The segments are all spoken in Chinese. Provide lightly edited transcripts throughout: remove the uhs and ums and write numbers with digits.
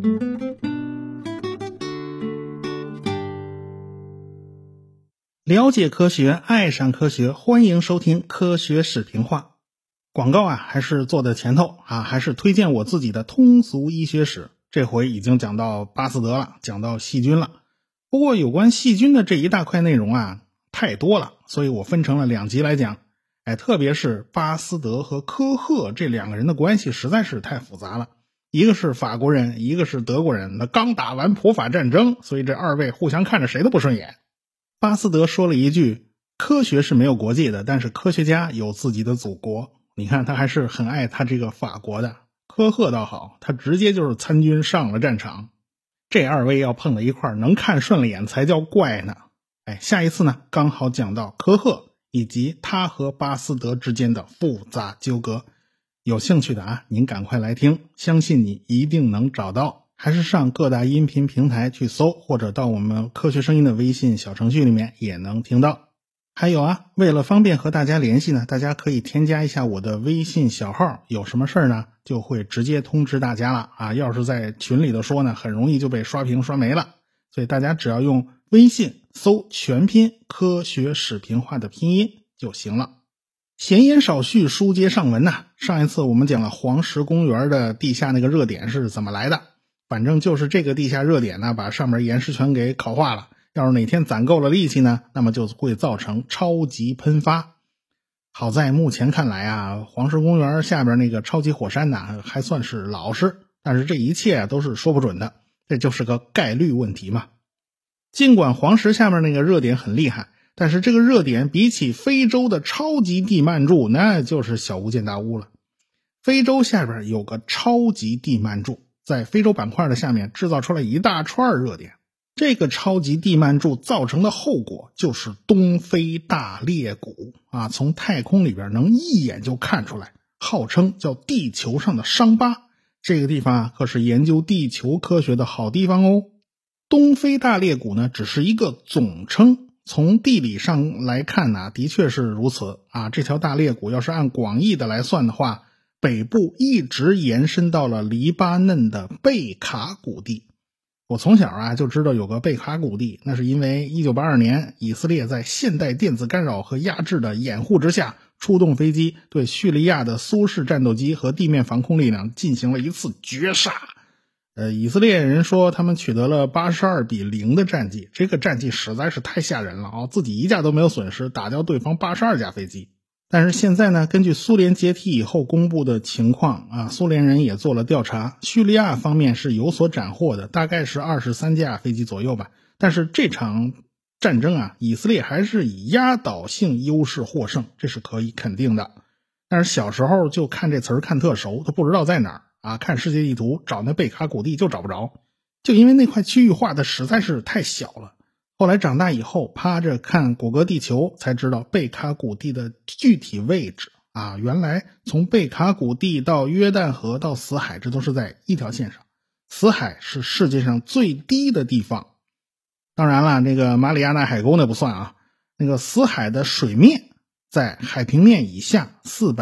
了解科学，爱上科学，欢迎收听科学视频化。广告还是做在前头还是推荐我自己的通俗医学史。这回已经讲到巴斯德了，讲到细菌了。不过有关细菌的这一大块内容太多了，所以我分成了2集来讲。特别是巴斯德和科赫这2个人的关系实在是太复杂了。一个是法国人，一个是德国人，那刚打完普法战争，所以这2位互相看着谁都不顺眼。巴斯德说了一句，科学是没有国界的，但是科学家有自己的祖国。你看他还是很爱他这个法国的。科赫倒好，他直接就是参军上了战场。这2位要碰到一块儿，能看顺了眼才叫怪呢。下一次呢，刚好讲到科赫以及他和巴斯德之间的复杂纠葛。有兴趣的您赶快来听，相信你一定能找到。还是上各大音频平台去搜，或者到我们科学声音的微信小程序里面也能听到。还有为了方便和大家联系呢，大家可以添加一下我的微信小号，有什么事呢就会直接通知大家了要是在群里头说呢，很容易就被刷屏刷没了。所以大家只要用微信搜全拼科学视频化的拼音就行了。闲言少叙，书接上文上一次我们讲了黄石公园的地下那个热点是怎么来的。反正就是这个地下热点把上面岩石全给烤化了。要是哪天攒够了力气呢，那么就会造成超级喷发。好在目前看来黄石公园下边那个超级火山还算是老实，但是这一切都是说不准的，这就是个概率问题嘛。尽管黄石下面那个热点很厉害，但是这个热点比起非洲的超级地幔柱那就是小巫见大巫了。非洲下边有个超级地幔柱，在非洲板块的下面制造出来一大串热点。这个超级地幔柱造成的后果就是东非大裂谷从太空里边能一眼就看出来，号称叫地球上的伤疤。这个地方可是研究地球科学的好地方哦。东非大裂谷呢只是一个总称，从地理上来看的确是如此这条大裂谷要是按广义的来算的话，北部一直延伸到了黎巴嫩的贝卡谷地。我从小就知道有个贝卡谷地，那是因为1982年以色列在现代电子干扰和压制的掩护之下，出动飞机对叙利亚的苏式战斗机和地面防空力量进行了一次绝杀。以色列人说他们取得了82-0的战绩，这个战绩实在是太吓人了自己一架都没有损失，打掉对方82架飞机。但是现在呢，根据苏联解体以后公布的情况苏联人也做了调查，叙利亚方面是有所斩获的，大概是23架飞机左右吧。但是这场战争以色列还是以压倒性优势获胜，这是可以肯定的。但是小时候就看这词儿看特熟，都不知道在哪儿看世界地图找那贝卡谷地就找不着，就因为那块区域画的实在是太小了。后来长大以后趴着看谷歌地球才知道贝卡谷地的具体位置原来从贝卡谷地到约旦河到死海，这都是在一条线上。死海是世界上最低的地方，当然了，那个马里亚纳海沟那不算那个死海的水面在海平面以下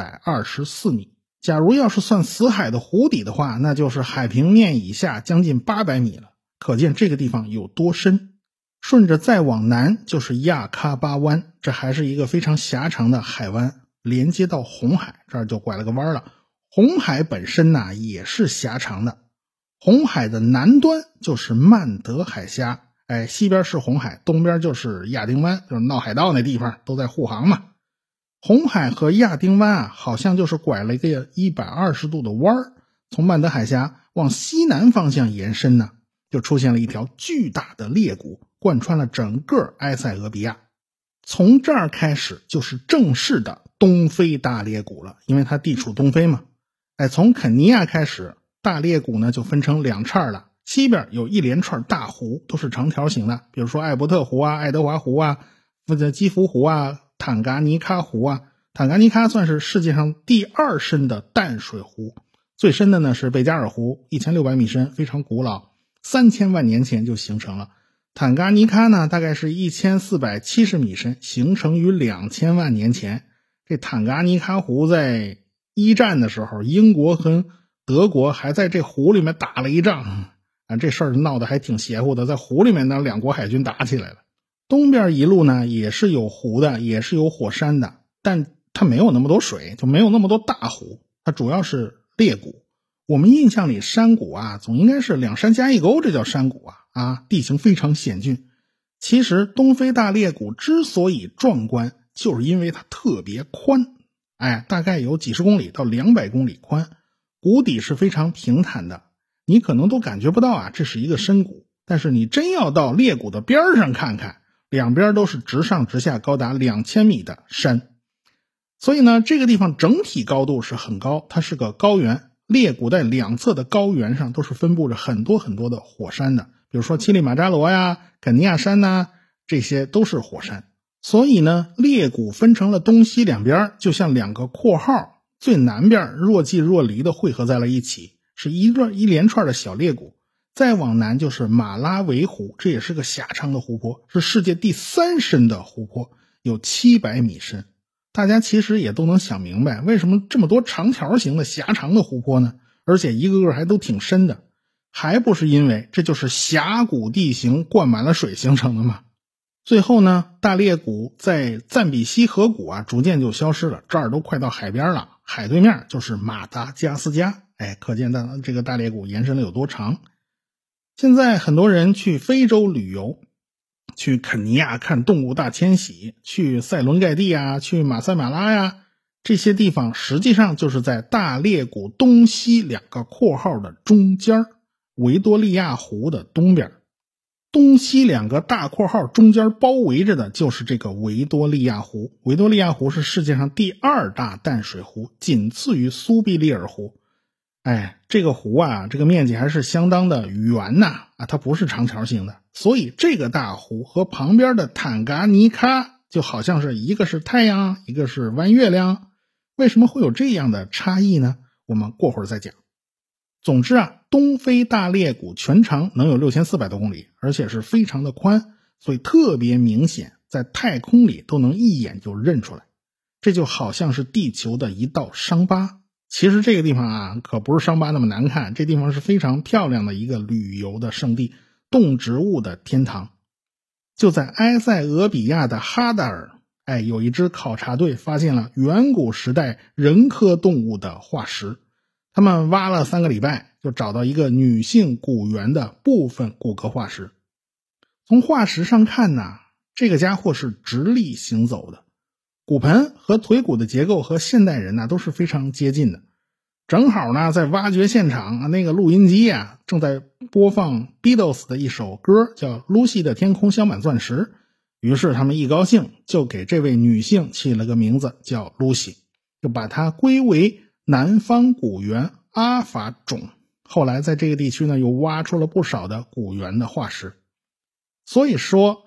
424米。假如要是算死海的湖底的话，那就是海平面以下将近800米了，可见这个地方有多深。顺着再往南就是亚喀巴湾，这还是一个非常狭长的海湾，连接到红海，这儿就拐了个弯了。红海本身也是狭长的，红海的南端就是曼德海峡，西边是红海，东边就是亚丁湾，就是闹海盗那地方，都在护航嘛。红海和亚丁湾好像就是拐了一个120度的弯儿，从曼德海峡往西南方向延伸呢，就出现了一条巨大的裂谷，贯穿了整个埃塞俄比亚。从这儿开始就是正式的东非大裂谷了，因为它地处东非嘛。从肯尼亚开始，大裂谷呢就分成2岔了，西边有一连串大湖，都是长条形的，比如说艾伯特湖爱德华湖基福湖坦噶尼喀湖坦噶尼喀算是世界上第2深的淡水湖，最深的呢是贝加尔湖，1600米深，非常古老，3000万年前就形成了。坦噶尼喀呢大概是1470米深，形成于2000万年前。这坦噶尼喀湖在一战的时候，英国和德国还在这湖里面打了一仗， 啊，这事儿闹得还挺邪乎的，在湖里面呢，两国海军打起来了。东边一路呢也是有湖的，也是有火山的，但它没有那么多水，就没有那么多大湖，它主要是裂谷。我们印象里山谷啊，总应该是两山夹一沟，这叫山谷啊，地形非常险峻。其实东非大裂谷之所以壮观，就是因为它特别宽，大概有几十公里到200公里宽，谷底是非常平坦的，你可能都感觉不到这是一个深谷，但是你真要到裂谷的边上看看，两边都是直上直下高达2000米的山。所以呢，这个地方整体高度是很高，它是个高原，裂谷在两侧的高原上都是分布着很多很多的火山的，比如说乞力马扎罗呀、肯尼亚山呐，这些都是火山。所以呢，裂谷分成了东西两边，就像两个括号，最南边若即若离的汇合在了一起，是一连串的小裂谷。再往南就是马拉维湖，这也是个狭长的湖泊，是世界第3深的湖泊，有700米深。大家其实也都能想明白，为什么这么多长条形的狭长的湖泊呢？而且一个个还都挺深的，还不是因为这就是峡谷地形灌满了水形成的吗？最后呢，大裂谷在赞比西河谷逐渐就消失了，这儿都快到海边了，海对面就是马达加斯加，可见的这个大裂谷延伸了有多长。现在很多人去非洲旅游，去肯尼亚看动物大迁徙，去塞伦盖蒂去马赛马拉这些地方实际上就是在大裂谷东西两个括号的中间，维多利亚湖的东边。东西两个大括号中间包围着的就是这个维多利亚湖。维多利亚湖是世界上第2大淡水湖，仅次于苏必利尔湖。这个湖这个面积还是相当的圆它不是长条形的，所以这个大湖和旁边的坦噶尼卡就好像是一个是太阳，一个是弯月亮。为什么会有这样的差异呢？我们过会儿再讲。总之东非大裂谷全长能有6400多公里，而且是非常的宽，所以特别明显，在太空里都能一眼就认出来。这就好像是地球的一道伤疤。其实这个地方可不是伤疤那么难看，这地方是非常漂亮的一个旅游的胜地，动植物的天堂。就在埃塞俄比亚的哈达尔，有一支考察队发现了远古时代人科动物的化石。他们挖了3个礼拜，就找到一个女性骨猿的部分骨骼化石。从化石上看这个家伙是直立行走的，骨盆和腿骨的结构和现代人都是非常接近的。正好在挖掘现场那个录音机正在播放 Beatles 的一首歌，叫《Lucy 的天空镶满钻石》。于是他们一高兴，就给这位女性起了个名字叫 Lucy， 就把它归为南方古猿阿法种。后来在这个地区又挖出了不少的古猿的化石。所以说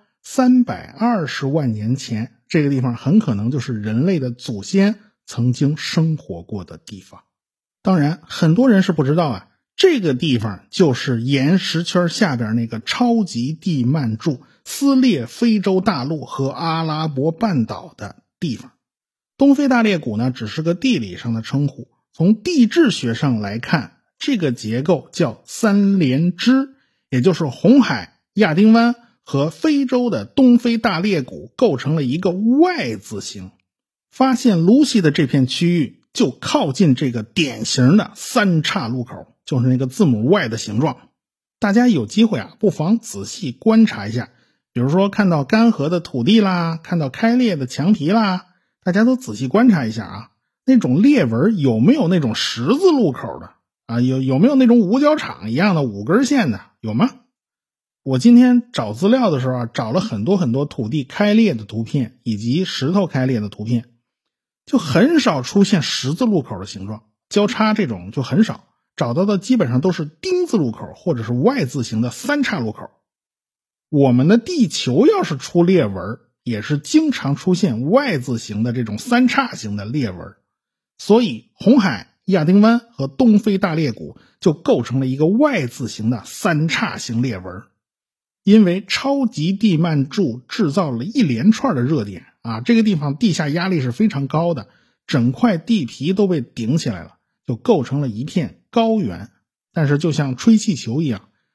320万年前，这个地方很可能就是人类的祖先曾经生活过的地方。当然很多人是不知道这个地方就是岩石圈下边那个超级地幔柱撕裂非洲大陆和阿拉伯半岛的地方。东非大裂谷只是个地理上的称呼，从地质学上来看，这个结构叫3连支，也就是红海、亚丁湾和非洲的东非大裂谷构成了一个 Y 字形。发现 Lucy 的这片区域就靠近这个典型的3岔路口，就是那个字母 Y 的形状。大家有机会不妨仔细观察一下，比如说看到干涸的土地啦，看到开裂的墙皮啦，大家都仔细观察一下那种裂纹有没有那种十字路口的有没有那种五角场一样的5根线的，有吗？我今天找资料的时候找了很多很多土地开裂的图片以及石头开裂的图片，就很少出现十字路口的形状，交叉这种就很少，找到的基本上都是丁字路口或者是 Y 字形的3岔路口。我们的地球要是出裂纹，也是经常出现 Y 字形的这种3岔型的裂纹。所以红海、亚丁湾和东非大裂谷就构成了一个 Y 字形的3岔型裂纹。因为超级地幔柱制造了一连串的热点这个地方地下压力是非常高的，整块地皮都被顶起来了，就构成了一片高原。但是就像吹气球一样，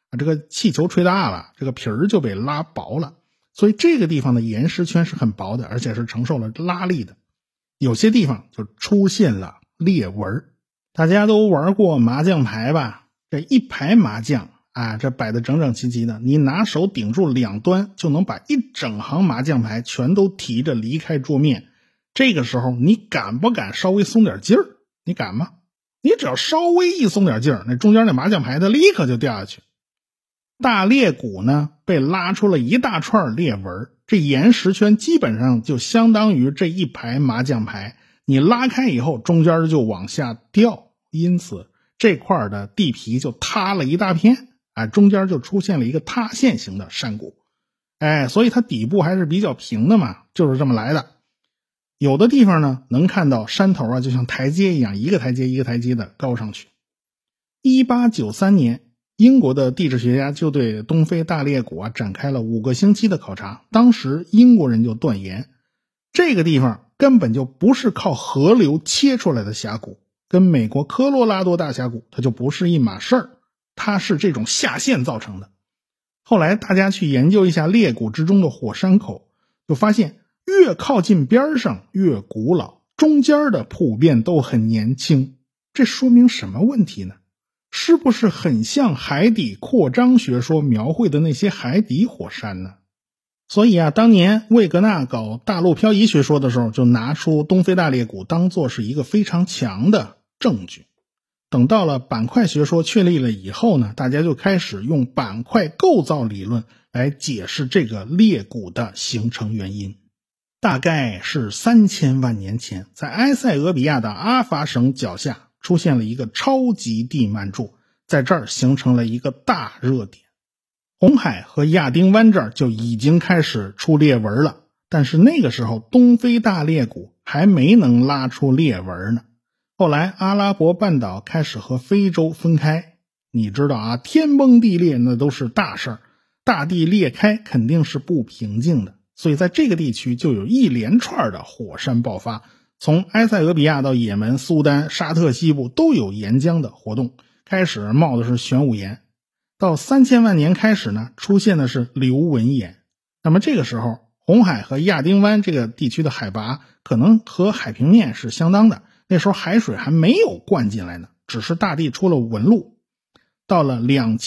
这个气球吹大了，这个皮儿就被拉薄了，所以这个地方的岩石圈是很薄的，而且是承受了拉力的。有些地方就出现了裂纹。大家都玩过麻将牌吧？这一排麻将啊，这摆得整整齐齐的，你拿手顶住两端，就能把一整行麻将牌全都提着离开桌面。这个时候你敢不敢稍微松点劲儿？你敢吗？你只要稍微一松点劲儿，那中间那麻将牌它立刻就掉下去。大裂谷呢被拉出了一大串裂纹，这岩石圈基本上就相当于这一排麻将牌，你拉开以后中间就往下掉，因此这块的地皮就塌了一大片，中间就出现了一个塌陷型的山谷。所以它底部还是比较平的嘛，就是这么来的。有的地方呢能看到山头就像台阶一样，一个台阶一个台阶的高上去。1893年英国的地质学家就对东非大裂谷展开了5个星期的考察。当时英国人就断言，这个地方根本就不是靠河流切出来的峡谷，跟美国科罗拉多大峡谷它就不是一码事儿，它是这种下陷造成的。后来大家去研究一下裂谷之中的火山口，就发现越靠近边上越古老，中间的普遍都很年轻。这说明什么问题呢？是不是很像海底扩张学说描绘的那些海底火山呢？所以当年魏格纳搞大陆漂移学说的时候，就拿出东非大裂谷当作是一个非常强的证据。等到了板块学说确立了以后呢，大家就开始用板块构造理论来解释这个裂谷的形成原因。大概是3000万年前，在埃塞俄比亚的阿法省脚下出现了一个超级地幔柱，在这儿形成了一个大热点。红海和亚丁湾这儿就已经开始出裂纹了，但是那个时候东非大裂谷还没能拉出裂纹呢。后来阿拉伯半岛开始和非洲分开，你知道天崩地裂那都是大事儿，大地裂开肯定是不平静的，所以在这个地区就有一连串的火山爆发，从埃塞俄比亚到也门、苏丹、沙特西部都有岩浆的活动，开始冒的是玄武岩，到3000万年开始呢，出现的是流纹岩。那么这个时候红海和亚丁湾这个地区的海拔可能和海平面是相当的，那时候海水还没有灌进来呢，只是大地出了纹路。到了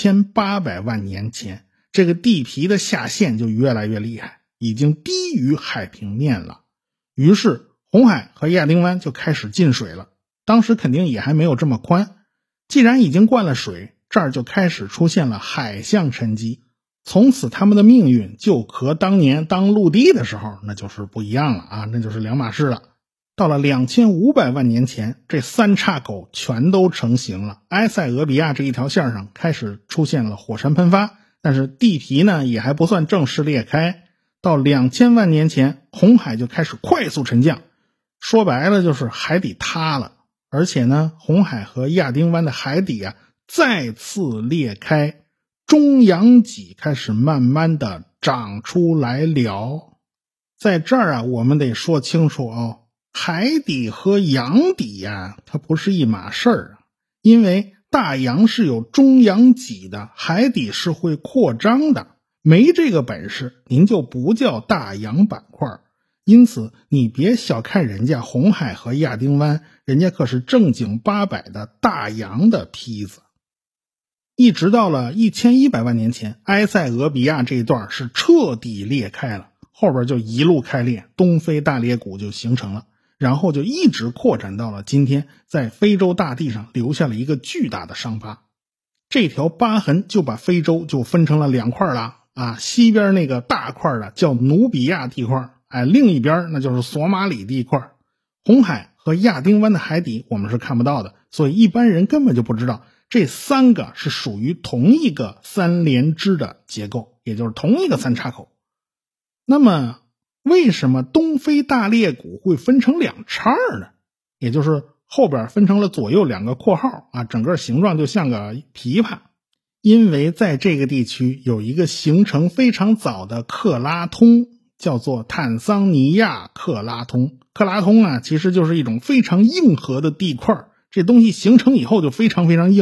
2800万年前，这个地皮的下陷就越来越厉害，已经低于海平面了。于是红海和亚丁湾就开始进水了，当时肯定也还没有这么宽。既然已经灌了水，这儿就开始出现了海象沉积，从此他们的命运就和当年当陆地的时候那就是不一样了那就是两码事了。到了2500万年前，这三岔口全都成型了，埃塞俄比亚这一条线上开始出现了火山喷发，但是地皮呢也还不算正式裂开。到2000万年前，红海就开始快速沉降，说白了就是海底塌了，而且呢红海和亚丁湾的海底再次裂开，中洋脊开始慢慢的长出来了。在这儿我们得说清楚海底和洋底它不是一码事儿因为大洋是有中洋脊的，海底是会扩张的，没这个本事您就不叫大洋板块。因此你别小看人家红海和亚丁湾，人家可是正经八百的大洋的坯子。一直到了1100万年前，埃塞俄比亚这一段是彻底裂开了，后边就一路开裂，东非大裂谷就形成了，然后就一直扩展到了今天，在非洲大地上留下了一个巨大的伤疤。这条疤痕就把非洲就分成了2块了西边那个大块的叫努比亚地块，另一边那就是索马里地块。红海和亚丁湾的海底我们是看不到的，所以一般人根本就不知道这3个是属于同一个三连支的结构，也就是同一个三岔口。那么为什么东非大裂谷会分成2叉呢？也就是后边分成了左右2个括号整个形状就像个琵琶。因为在这个地区有一个形成非常早的克拉通，叫做坦桑尼亚克拉通。克拉通其实就是一种非常硬核的地块，这东西形成以后就非常非常硬，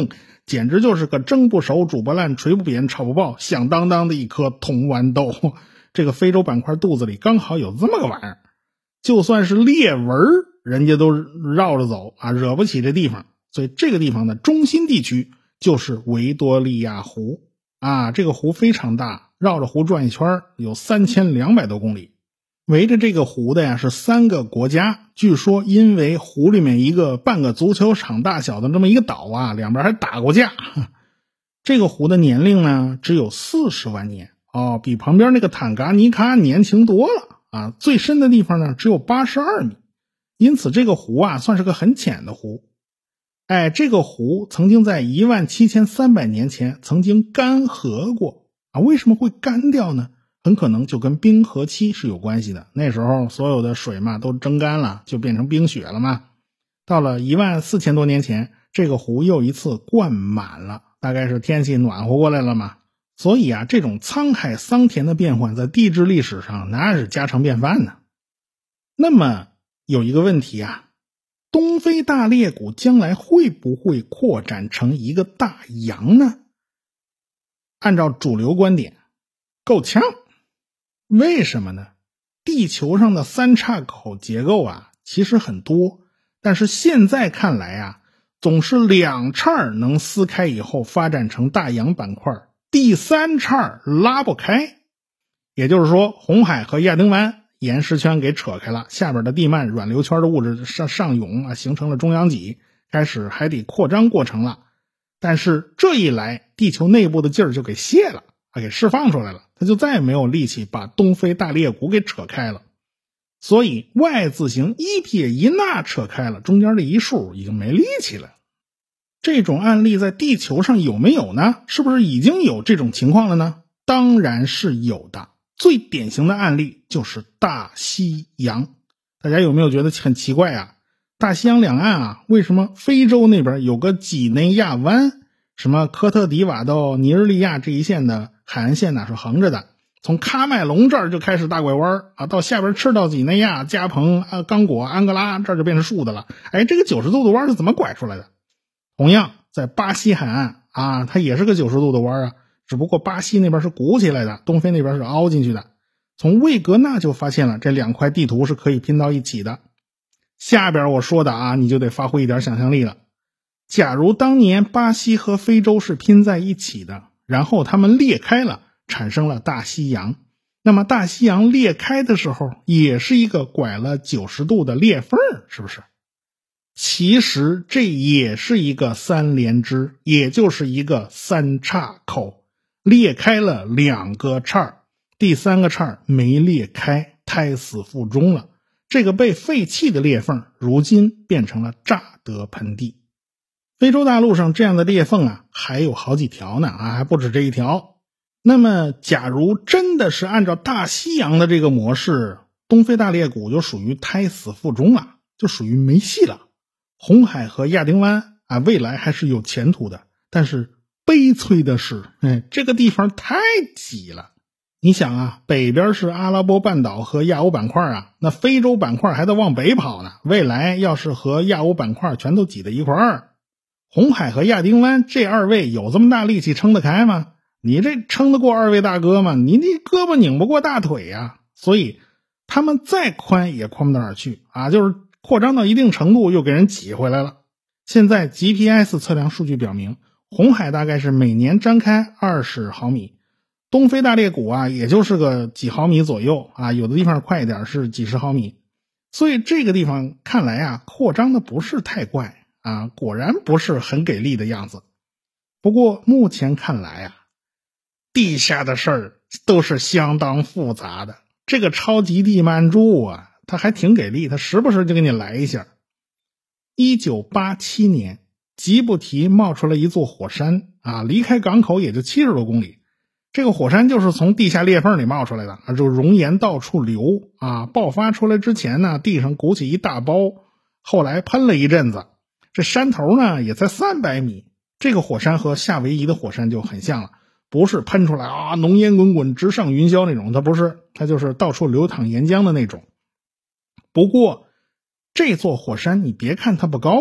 简直就是个蒸不熟、煮不烂、捶不扁、炒不爆，响当当的一颗铜豌豆。这个非洲板块肚子里刚好有这么个玩意儿，就算是裂纹人家都绕着走啊，惹不起这地方。所以这个地方的中心地区就是维多利亚湖啊，这个湖非常大，绕着湖转一圈有3200多公里。围着这个湖的呀是3个国家，据说因为湖里面一个半个足球场大小的这么一个岛啊，两边还打过架。这个湖的年龄呢只有40万年比旁边那个坦噶尼卡年轻多了啊。最深的地方呢只有82米，因此这个湖啊算是个很浅的湖。这个湖曾经在17300年前曾经干涸过啊，为什么会干掉呢？很可能就跟冰河期是有关系的，那时候所有的水嘛都蒸干了，就变成冰雪了嘛。到了14000多年前，这个湖又一次灌满了，大概是天气暖和过来了嘛。所以啊，这种沧海桑田的变换在地质历史上那是家常便饭呢。那么有一个问题啊，东非大裂谷将来会不会扩展成一个大洋呢？按照主流观点，够呛。为什么呢？地球上的三岔口结构啊其实很多，但是现在看来啊，总是2岔能撕开以后发展成大洋板块，第3岔拉不开。也就是说，红海和亚丁湾岩石圈给扯开了，下边的地幔软流圈的物质上涌啊，形成了中央脊，开始海底扩张过程了。但是这一来，地球内部的劲儿就给泄了，给释放出来了，它就再也没有力气把东非大裂谷给扯开了。所以 Y 字形一撇一捺扯开了，中间的一竖已经没力气了。这种案例在地球上有没有呢？是不是已经有这种情况了呢？当然是有的。最典型的案例就是大西洋。大家有没有觉得很奇怪啊？大西洋两岸啊，为什么非洲那边有个几内亚湾，什么科特迪瓦到尼日利亚这一线的海岸线呢是横着的，从喀麦隆这儿就开始大拐弯啊，到下边赤道几内亚、加蓬、刚果、安哥拉这儿就变成竖的了。这个90度的弯是怎么拐出来的？同样在巴西海岸啊，它也是个90度的弯啊，只不过巴西那边是鼓起来的，东非那边是凹进去的。从魏格纳就发现了这2块地图是可以拼到一起的。下边我说的啊，你就得发挥一点想象力了。假如当年巴西和非洲是拼在一起的，然后它们裂开了，产生了大西洋，那么大西洋裂开的时候也是一个拐了90度的裂缝，是不是？其实这也是一个3连支，也就是一个3岔口，裂开了2个岔，第3个岔没裂开，胎死腹中了。这个被废弃的裂缝如今变成了乍得盆地。非洲大陆上这样的裂缝啊还有好几条呢还不止这一条。那么假如真的是按照大西洋的这个模式，东非大裂谷就属于胎死腹中了，就属于没戏了。红海和亚丁湾未来还是有前途的，但是悲催的是这个地方太挤了。你想啊，北边是阿拉伯半岛和亚欧板块啊，那非洲板块还得往北跑呢，未来要是和亚欧板块全都挤在一块儿，红海和亚丁湾这2位有这么大力气撑得开吗？你这撑得过2位大哥吗？你胳膊拧不过大腿呀。所以他们再宽也宽不到哪儿去啊，就是扩张到一定程度又给人挤回来了。现在 GPS 测量数据表明，红海大概是每年张开20毫米，东非大裂谷啊也就是个几毫米左右啊，有的地方快一点是几十毫米。所以这个地方看来啊扩张的不是太怪啊，果然不是很给力的样子。不过目前看来啊，地下的事儿都是相当复杂的。这个超级地幔柱啊，它还挺给力，它时不时就给你来一下。1987年，吉布提冒出了一座火山啊，离开港口也就70多公里。这个火山就是从地下裂缝里冒出来的就熔岩到处流啊，爆发出来之前呢，地上鼓起一大包，后来喷了一阵子。这山头呢也才300米。这个火山和夏威夷的火山就很像了，不是喷出来浓烟滚滚直上云霄那种，它不是，它就是到处流淌岩浆的那种。不过这座火山你别看它不高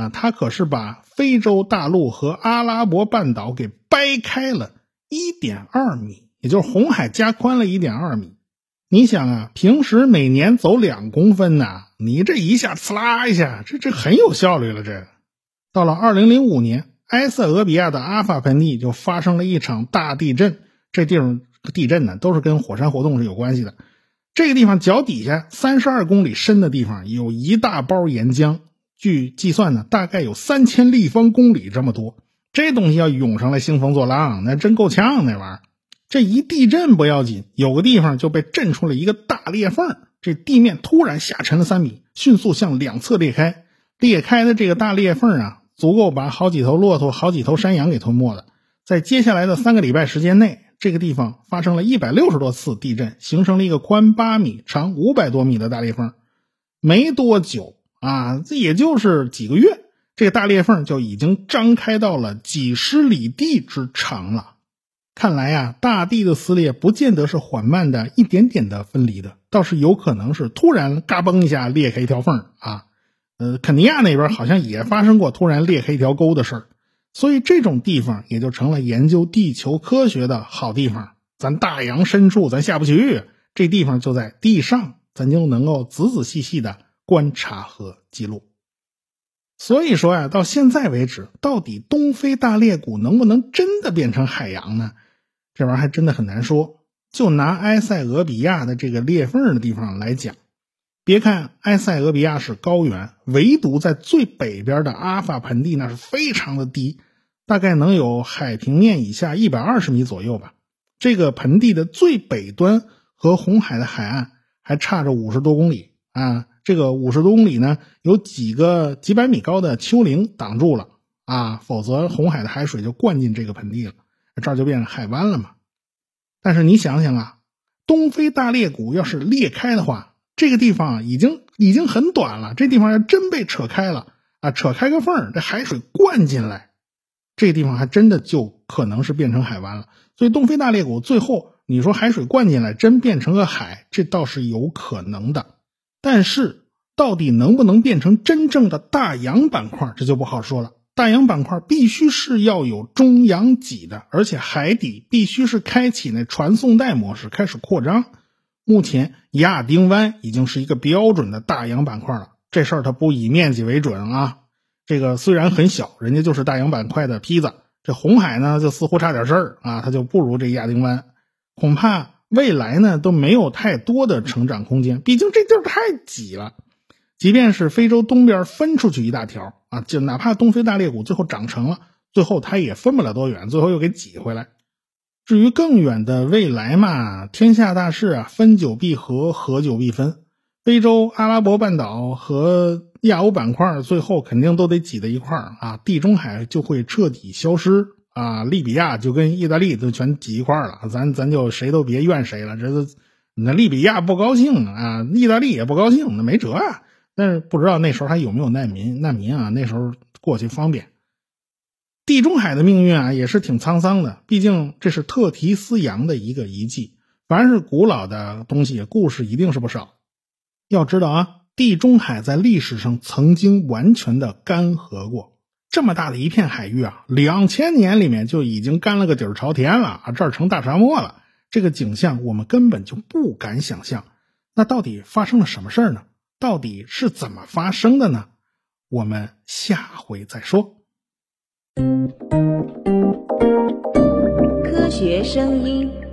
啊，它可是把非洲大陆和阿拉伯半岛给掰开了 1.2 米，也就是红海加宽了 1.2 米。你想啊，平时每年走2公分呐，你这一下呲啦一下，这很有效率了。这到了2005年，埃塞俄比亚的阿法盆地就发生了一场大地震。这地方地震呢，都是跟火山活动是有关系的。这个地方脚底下32公里深的地方有一大包岩浆，据计算呢，大概有3000立方公里这么多。这东西要涌上来兴风作浪，那真够呛那玩意儿。这一地震不要紧，有个地方就被震出了一个大裂缝，这地面突然下沉了3米，迅速向两侧裂开。裂开的这个大裂缝啊，足够把好几头骆驼、好几头山羊给吞没的。在接下来的3个礼拜时间内，这个地方发生了160多次地震，形成了一个宽8米、长500多米的大裂缝。没多久啊，这也就是几个月，这个大裂缝就已经张开到了几十里地之长了。看来啊，大地的撕裂不见得是缓慢的一点点的分离的，倒是有可能是突然嘎嘣一下裂开一条缝啊。肯尼亚那边好像也发生过突然裂开一条沟的事儿。所以这种地方也就成了研究地球科学的好地方。咱大洋深处咱下不去，这地方就在地上，咱就能够仔仔细细的观察和记录。所以说呀，到现在为止，到底东非大裂谷能不能真的变成海洋呢？这玩意儿还真的很难说。就拿埃塞俄比亚的这个裂缝的地方来讲，别看埃塞俄比亚是高原，唯独在最北边的阿法盆地那是非常的低，大概能有海平面以下120米左右吧。这个盆地的最北端和红海的海岸还差着50多公里啊。这个50多公里呢，有几百米高的丘陵挡住了啊，否则红海的海水就灌进这个盆地了，这儿就变成海湾了嘛。但是你想想啊，东非大裂谷要是裂开的话，这个地方已经很短了，这地方要真被扯开了啊，扯开个缝，这海水灌进来，这个地方还真的就可能是变成海湾了。所以东非大裂谷最后你说海水灌进来真变成个海，这倒是有可能的。但是到底能不能变成真正的大洋板块，这就不好说了。大洋板块必须是要有中央脊的，而且海底必须是开启那传送带模式开始扩张。目前亚丁湾已经是一个标准的大洋板块了，这事儿它不以面积为准啊。这个虽然很小，人家就是大洋板块的坯子，这红海呢就似乎差点事儿啊，它就不如这亚丁湾。恐怕未来呢都没有太多的成长空间，毕竟这地儿太挤了。即便是非洲东边分出去一大条啊，就哪怕东非大裂谷最后长成了，最后它也分不了多远，最后又给挤回来。至于更远的未来嘛，天下大势啊，分久必合，合久必分。非洲、阿拉伯半岛和亚欧板块最后肯定都得挤在一块儿啊，地中海就会彻底消失啊，利比亚就跟意大利都全挤一块了，咱就谁都别怨谁了，那利比亚不高兴啊，意大利也不高兴，那没辙啊。但是不知道那时候还有没有难民啊，那时候过去方便。地中海的命运啊也是挺沧桑的，毕竟这是特提斯洋的一个遗迹，凡是古老的东西故事一定是不少。要知道啊，地中海在历史上曾经完全的干涸过，这么大的一片海域啊，2000年里面就已经干了个底儿朝天了啊，这儿成大沙漠了。这个景象我们根本就不敢想象。那到底发生了什么事儿呢？到底是怎么发生的呢？我们下回再说。 科学声音。